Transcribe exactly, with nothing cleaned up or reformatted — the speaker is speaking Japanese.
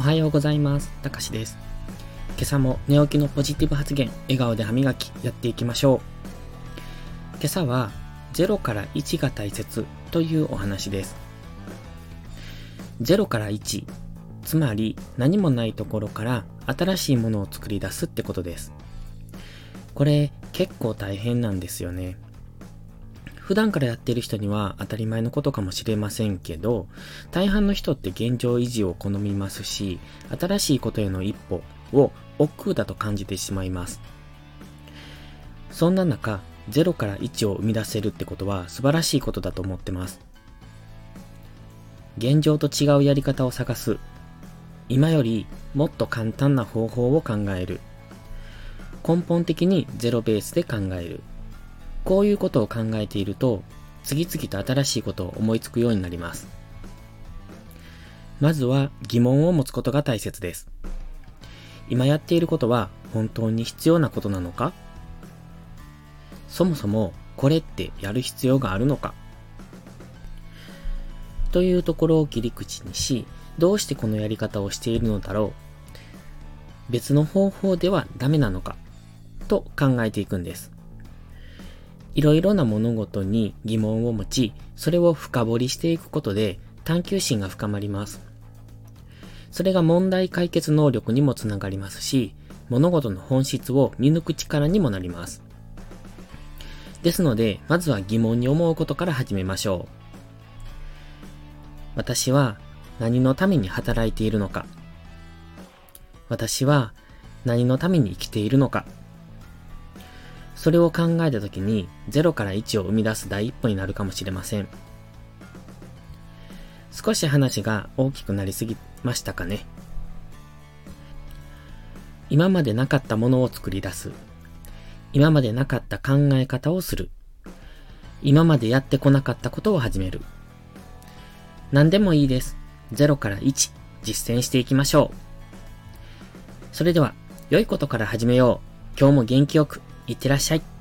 はようございます。たかしです。今朝も寝起きのポジティブ発言、笑顔で歯磨きやっていきましょう。今朝はゼロからいちが大切というお話です。ゼロからいち、つまり何もないところから新しいものを作り出すってことです。これ結構大変なんですよね。普段からやっている人には当たり前のことかもしれませんけど、大半の人って現状維持を好みますし、新しいことへの一歩を億劫だと感じてしまいます。そんな中、ゼロからいちを生み出せるってことは素晴らしいことだと思ってます。現状と違うやり方を探す。今よりもっと簡単な方法を考える。根本的にゼロベースで考える。こういうことを考えていると、次々と新しいことを思いつくようになります。まずは疑問を持つことが大切です。今やっていることは本当に必要なことなのか？そもそもこれってやる必要があるのか？というところを切り口にし、どうしてこのやり方をしているのだろう？別の方法ではダメなのか？と考えていくんです。いろいろな物事に疑問を持ち、それを深掘りしていくことで探求心が深まります。それが問題解決能力にもつながりますし、物事の本質を見抜く力にもなります。ですので、まずは疑問に思うことから始めましょう。私は何のために働いているのか？私は何のために生きているのか？それを考えたときにゼロからいちを生み出す第一歩になるかもしれません。少し話が大きくなりすぎましたかね。今までなかったものを作り出す。今までなかった考え方をする。今までやってこなかったことを始める。何でもいいです。ゼロからいち、実践していきましょう。それでは、良いことから始めよう。今日も元気よくいってらっしゃい。